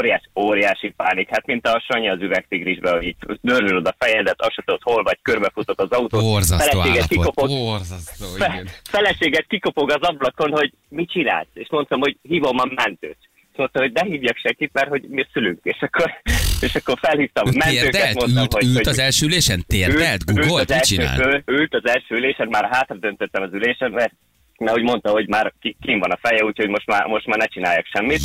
Óriási pánik, hát mint a Sanyi az üvegtigrisben, hogy így dörzsölöd a fejedet, azt se tudod, hol vagy, körbefutott az autót. Borzasztó állapot, feleséget kikopog az ablakon, hogy mit csinálsz? És mondtam, hogy hívom a mentőt. Mondta, hogy ne hívjak senkit, mert hogy mi szülünk. És akkor felhívtam a mentőket, mondtam, ült az első ülésen? Térdelt? Google? Mit csinál? Ült az első ülésen, már hátra döntöttem az ülésen, mert úgy mondta, hogy már kín van a feje, úgyhogy most már ne csináljak semmit.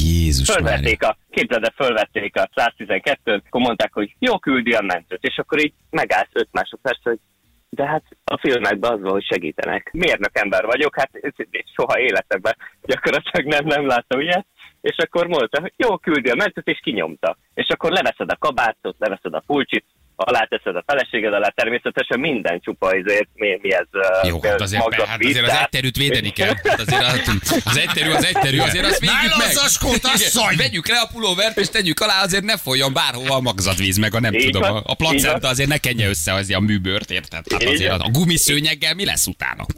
Fölvették a 112-t, akkor mondták, hogy jó, küldi a mentőt. És akkor így megállsz 5 másodperc, hogy de hát a filmekben az van, hogy segítenek. Mérnök ember vagyok, hát soha életemben gyakorlatilag nem láttam ilyet. És akkor mondta, hogy jó, küldi a mentőt, és kinyomta. És akkor leveszed a kabátot, leveszed a pulcsit, aláteszed a feleséged alá, természetesen minden csupa azért, mi ez jó, hát azért, azért az egyterűt védeni kell. Hát azért az egyterű, azért azt védjük meg. Igen, vegyük le a pulóvert, és tegyük alá, azért ne folyjon bárhova a magzatvíz, meg a nem így tudom, van, a placenta azért ne kenje össze az a műbőrt, érted? Hát azért a gumiszőnyeggel mi lesz utána?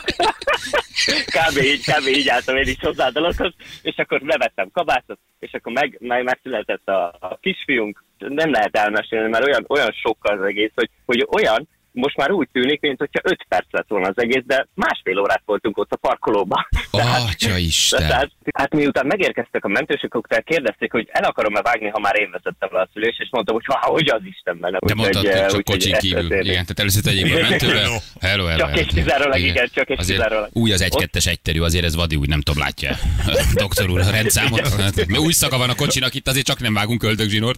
Kb. így álltam én is hozzá a dologhoz, és akkor levettem kabátot, és akkor megszületett a kisfiunk. Nem lehet elmesélni, mert olyan sok az egész, hogy olyan, most már úgy tűnik, mint hogyha 5 perc lett volna az egész, de másfél órát voltunk ott a parkolóban. Atya Isten! Hát miután megérkeztek a mentősök, akkor kérdezték, hogy el akarom-e vágni, ha már én vezettem le a szülést, és mondtam, hogy hogy az Istenben. Te mondtad, hogy csak kocsin kívül. Igen, tehát először tegyék a mentőbe. Hello. Csak és kizárólag, igen, csak és kizárólag. Új az 1-2-es egyterű, azért ez vadi, úgy nem tudom, látja. Doktor úr, a rendszámot. Új szaga van a kocsinak, itt azért csak nem vágunk öldögzsinort.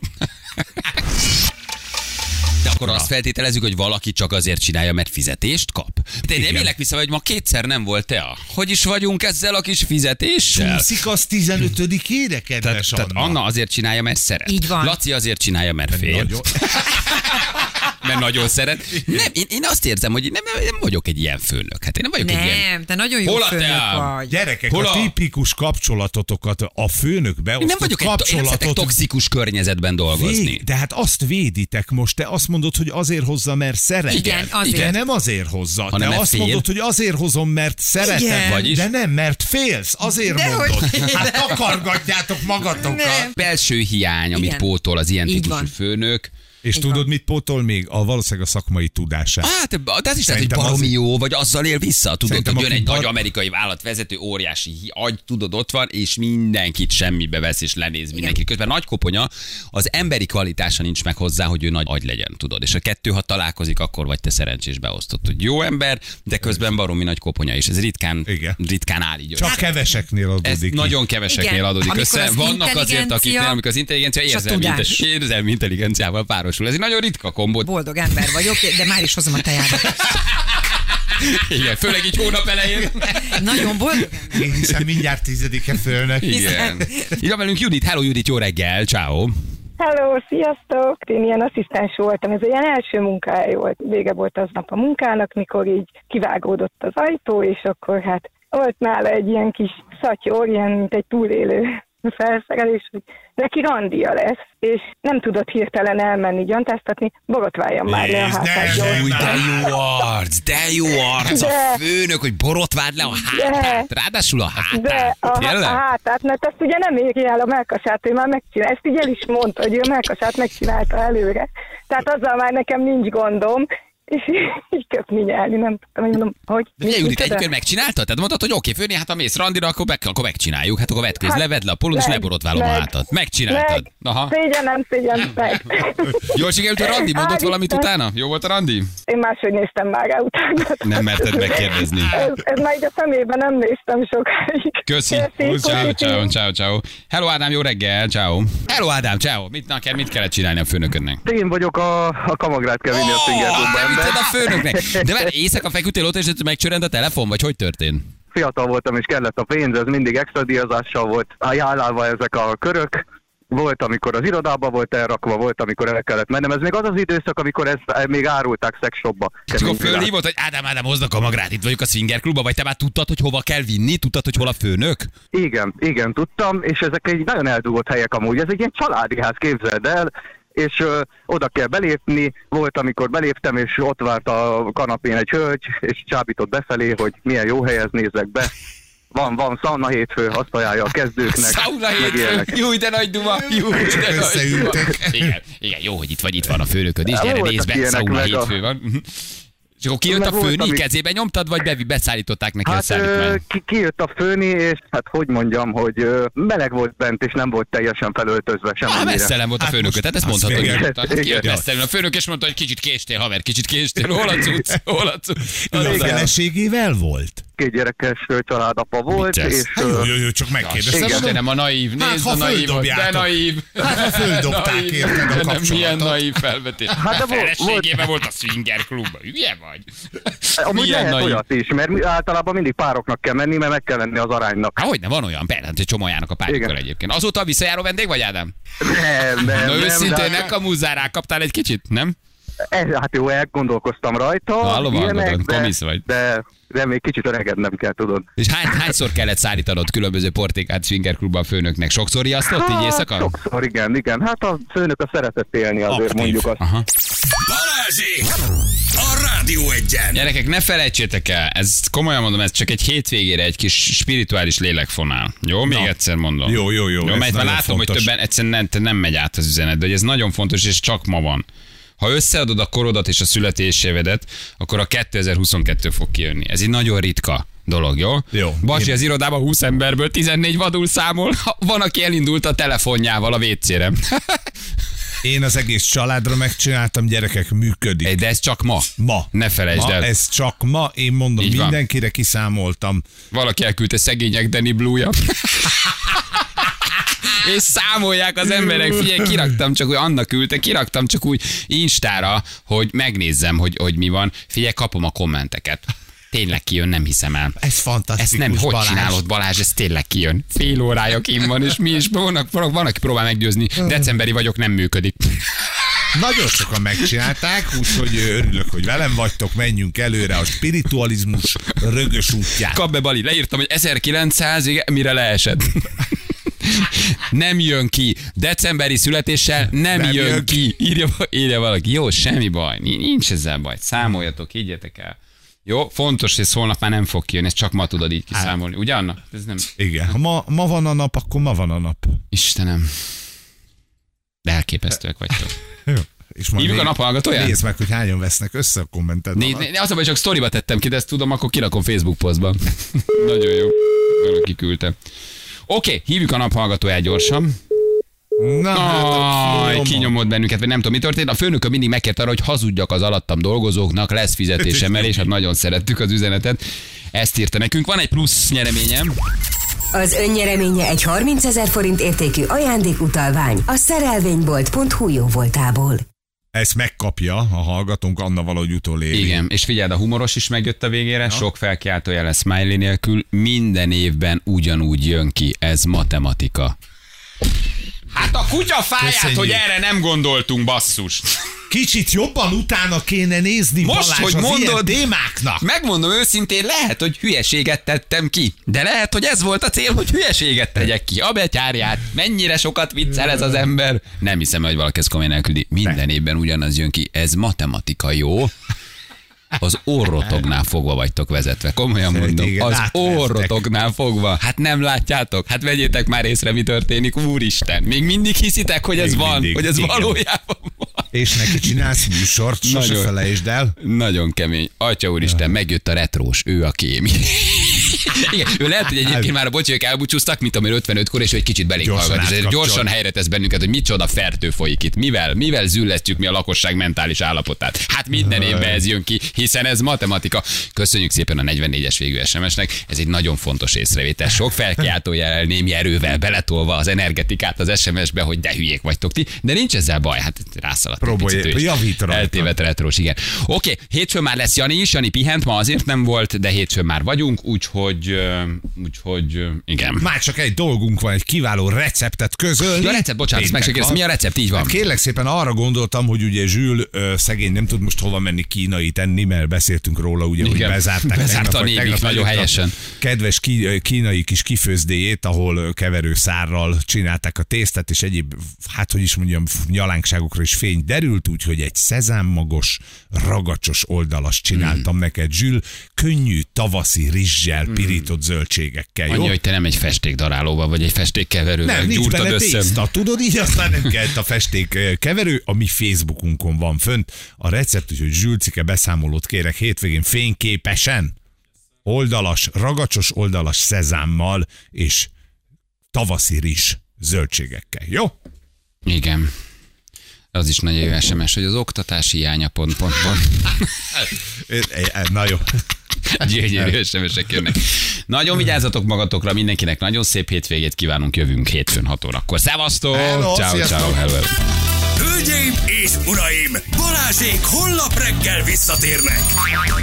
De akkor azt feltételezzük, hogy valaki csak azért csinálja, mert fizetést kap. De én nem élek vissza, hogy ma kétszer nem volt tea. Hogy is vagyunk ezzel a kis fizetéssel? Csúszik az 15-ére, kedves tehát Anna azért csinálja, mert szeret. Így van. Laci azért csinálja, mert fél. Mert nagyon szeret. Nem, én azt érzem, hogy nem vagyok egy ilyen főnök. Hát én nem vagyok egy ilyen... Nem, te nagyon jó főnök vagy. Gyerekek, a tipikus kapcsolatotokat a főnök beosztott én nem szeretek toxikus környezetben dolgozni. De hát azt véditek most, te azt mondod, hogy azért hozza, mert szeret. Igen, azért. De nem azért hozza. Hanem te azt mondod, hogy azért hozom, mert szereted. Vagyis. De nem, mert félsz. Azért de mondod. Hát takargatjátok magatokat. Belső hiány, amit pótol az ilyen típusú főnök. És tudod, mit pótol még? Valószínűleg a szakmai tudását. Hát, de az is lehet, hogy baromi jó, vagy azzal él vissza. Tudod, hogy jön egy nagy amerikai vállalatvezető, óriási agy, tudod, ott van, és mindenkit semmibe vesz, és lenéz mindenkit. Közben nagy koponya, az emberi kvalitása nincs meg hozzá, hogy ő nagy agy legyen, tudod. És a kettő, ha találkozik, akkor vagy te szerencsés beosztott, hogy jó ember, de közben baromi nagy koponya, és ez ritkán áll így. Csak keveseknél adódik. Ez nagyon keveseknél adódik össze. Vannak azért, akiknél, amikor az intelligencia érzelmi intelligenciával páros. Ez egy nagyon ritka kombó. Boldog ember vagyok, de már is hozom a tejádat. Igen, főleg így hónap elején. Nagyon boldog ember. Én hiszem mindjárt 10-e főnök. Igen. Ide velünk Judit. Hello Judit, jó reggel, ciao. Hello, sziasztok! Én ilyen asszisztens voltam, ez ilyen első munkája volt. Vége volt aznap a munkának, mikor így kivágódott az ajtó, és akkor hát volt nála egy ilyen kis szatyor, ilyen, mint egy túlélő felszerelés, hogy neki randia lesz, és nem tudott hirtelen elmenni gyantáztatni, borotváljam már le a hátát. De jó arc a főnök, hogy borotváld le a hátát, ráadásul a hátát. De a hátát, mert ezt ugye nem éri el a melkasát, ő már megcsinálta, ezt így el is mondta, hogy ő a melkasát megcsinálta előre. Tehát azzal már nekem nincs gondom, és így köpni nyelni, nem tudtam, hogy mondom, hogy... Ugye Judit, egykor megcsináltad? Tehát mondtad, hogy oké, főni, hát ha mész randira, akkor megcsináljuk. Hát akkor vedd le a polót, és leborotválom a hátat. Megcsináltad. Szégyen, meg. Jól sikerült a randi? Mondott valamit utána? Jó volt a randi? Én máshogy néztem már rá utána. Nem merted megkérdezni. Ez már így a szemében nem néztem sokáig. Köszi. Ciao. Hello Ádám, jó reggel, ciao. Hello Ádám, ciao. Mit kellett csinálni a főnöködnek? Én vagyok a kamagrát kell vinni a fingerklubban. A főnöknek. De várj, éjszaka feküdtél ott, és megcsörrent a telefon, vagy hogy történt? Fiatal voltam, és kellett a pénz, ez mindig extra díjazással volt ajánlálva ezek a körök. Volt, amikor az irodába volt elrakva, volt, amikor el kellett mennem. Ez még az időszak, amikor ezt még árulták szexshopba. És akkor fölhívott, hogy Ádám, hozd a kamagrát, itt vagyok a swingerklubba, vagy te már tudtad, hogy hova kell vinni? Tudtad, hogy hol a főnök? Igen, tudtam, és ezek egy nagyon eldugott helyek amúgy. Ez egy ilyen családi ház, képzeld el, és oda kell belépni. Volt, amikor beléptem, és ott várt a kanapén egy hölgy, és csábított befelé, hogy milyen jó helyez, nézzek be. Van szauna hétfő, azt ajánlja a kezdőknek. Szauna hétfő, jó, de nagy duma, jó, de nagy duma. Igen, jó, hogy itt van a főnököd is, gyere, nézd be, szauna hétfő van. És akkor kijött a főni, kezébe nyomtad, vagy beszállították neki a szállítmányt? Kijött a főni, és hát hogy mondjam, hogy meleg volt bent, és nem volt teljesen felöltözve semmire. Messzelen volt a főnököt, tehát ezt mondhatod. Kijött messzelen a főnök, és mondta, hogy kicsit késtél, haver, hol a cucc? A feleségével volt? 2 gyerekes családapa volt, és... Jó, csak megkérdeztem. De nem a naív, nézd a naívot, de naív. Hát ha földobták, érted a kapcsolatot. Milyen naív felvetés. Hát a feleségében volt a swinger klubban, hülye vagy? Amúgy lehet olyat is, mert általában mindig pároknak kell menni, mert meg kell lenni az aránynak. Hogyne, van olyan, persze, hogy csomó járnak a párjukkal egyébként. Azóta visszajáró vendég vagy, Ádám? Nem. Na őszintén, ne kamúzzál rá, kaptál egy kicsit, nem? Hát jó, elgondolkoztam rajta. Hallom, komisz vagy. De még kicsit öregednem kell, tudod. És hányszor kellett szállítanod különböző portékát swingerklubban a főnöknek? Sokszor riasztott így éjszaka? Sokszor, igen. Hát a főnök szeretett élni azért, aktív. mondjuk azt. Aha. Balázsék! A Rádió Egyen! Gyerekek, ne felejtsétek el, ez komolyan mondom, ez csak egy hétvégére egy kis spirituális lélekfonál. Jó? Még egyszer mondom. Jó. Mert már látom, hogy többen egyszerűen nem megy át az üzenet, de hogy ez nagyon fontos, és csak ma van. Ha összeadod a korodat és a születésévedet, akkor a 2022 fog kijönni. Ez egy nagyon ritka dolog, jó? Jó. Basi az irodában 20 emberből 14 vadul számol, van, aki elindult a telefonjával a WC-re. Én az egész családra megcsináltam, gyerekek, működik. De ez csak ma. Ma. Ne felejtsd el. Ez csak ma, én mondom, Így van. mindenkire kiszámoltam. Valaki elküldte szegények Danny Blue-ja. És számolják az emberek, figyelj, kiraktam csak úgy, Anna küldte, kiraktam csak úgy Instára, hogy megnézzem, hogy mi van. Figyelj, kapom a kommenteket. Tényleg kijön, nem hiszem el. Ez fantasztikus, Ezt nem, hogy Balázs. csinálod, Balázs, ez tényleg kijön. Fél órája kim van, és mi is van, aki próbál meggyőzni. Decemberi vagyok, nem működik. Nagyon sokan megcsinálták, úgyhogy örülök, hogy velem vagytok, menjünk előre a spiritualizmus rögös útján. Kap be, Bali, leírtam, hogy 1900-ig mire leesett. Nem jön ki. Decemberi születéssel nem jön ki. Írja valaki. Jó, semmi baj. Nincs ezzel baj. Számoljatok, higgyetek el. Jó, fontos, hogy ez holnap már nem fog kijönni, ezt csak ma tudod így kiszámolni. Ugye, Anna? Ez nem... Igen, ha ma van a nap, akkor ma van a nap. Istenem. De elképesztőek vagytok. Jó. És majd Hívjuk a naphallgatóját? Nézd meg, hogy hányan vesznek össze a kommentet. Az a baj, csak sztoriba tettem ki, de ezt tudom, akkor kirakom Facebook posztban. Nagyon jó. Valaki küldte. Oké, hívjuk a naphallgatóját gyorsan. Kinyomod bennünket, vagy nem tudom, mi történt. A főnököm mindig megkért arra, hogy hazudjak az alattam dolgozóknak, lesz fizetésemelés, hát nagyon szerettük az üzenetet. Ezt írta nekünk. Van egy plusz nyereményem. Az önnyereménye egy 30 000 forint értékű ajándékutalvány a szerelvénybolt.hu jóvoltából. Ezt megkapja a hallgatónk, Anna valahogy utoléri. Igen, és figyeld, a humoros is megjött a végére, sok felkiáltójel lesz smiley nélkül, minden évben ugyanúgy jön ki, ez matematika. Hát a kutyafáját, Köszönjük. hogy erre nem gondoltunk, basszus. Kicsit jobban utána kéne nézni, Most, Balázs, hogy az mondod, ilyen témáknak. Megmondom őszintén, lehet, hogy hülyeséget tettem ki, de lehet, hogy ez volt a cél, hogy hülyeséget tegyek ki. A betyárját, mennyire sokat viccel ez az ember. Nem hiszem, hogy valaki ezt komolyan elküldi. Minden évben ugyanaz jön ki. Ez matematika, jó? Az orrotognál fogva vagytok vezetve. Komolyan mondom. Az orrotoknál fogva. Hát nem látjátok? Hát vegyétek már észre, mi történik. Úristen. Még mindig hiszitek, hogy ez Még van? mindig. Hogy ez Igen. valójában van? És neki csinálsz műsort, sose Nagyon. felejtsd el. Nagyon kemény. Atya úristen, megjött a retrós, ő a kémi. Igen, ő lehet, hogy egyébként már a bocsiak elbúcsúztak, mint amire 55-kor, és ő egy kicsit belénk Gyorsan hallgat. És átkapcsol. gyorsan helyre tesz bennünket, hogy micsoda fertő folyik itt. Mivel züllesztjük mi a lakosság mentális állapotát. Hát minden évben ez jön ki, hiszen ez matematika. Köszönjük szépen a 44-es végű SMS-nek. Ez egy nagyon fontos észrevétel. Sok felkiáltójel, némi erővel beletolva az energetikát az SMS-be, hogy de hülyék vagytok ti. De nincs ezzel baj, hát rászaladt. Próbálj, javít rajta. Eltévedt retrós, igen. Oké, hétfőn már lesz Jani is, Jani pihent, ma azért nem volt, de hétfőn már vagyunk, úgyhogy igen. Már csak egy dolgunk van, egy kiváló receptet közölni. Ja, recept, bocsánat, ezt meg se kérdeztem, mi a recept, így van. Hát kérlek szépen arra gondoltam, hogy ugye Zsül szegény nem tud most hova menni kínai tenni, mert beszéltünk róla, ugye, hogy Igen. bezárták. Bezárta a Nébik, nagyon helyesen. Kedves kínai kis kifőzdéjét, ahol keverőszárral csinálták a tésztát, és egyéb, hát hogy is mondjam, nyalánkságokra is fény derült, úgyhogy egy szezámmagos, ragacsos oldalas csináltam neked, Zsül, könnyű tavaszi rizssel pirított zöldségekkel, jó? Annyi, hogy te nem egy festékdarálóval, vagy egy festékkeverővel Nem, nincs gyúrtad bele össze. tészta, tudod, így aztán nem kellett a festékkeverő, a mi Facebookunkon van fönt a recept, úgyhogy Zsülcike beszámolót kérek hétvégén fényképesen, oldalas, ragacsos oldalas szezámmal és tavaszi rizs zöldségekkel, jó? Igen. Az is nagyon jó SMS, hogy az oktatási hiánya pont. Na jó. Gyönyörű SMS-ek jönnek. Nagyon vigyázzatok magatokra, mindenkinek nagyon szép hétvégét kívánunk, jövünk hétfőn 6 órakor. Szevasztok! Hello, Ciao, sziasztok! ciao, hello. Hölgyeim és uraim, Balázsék holnap reggel visszatérnek.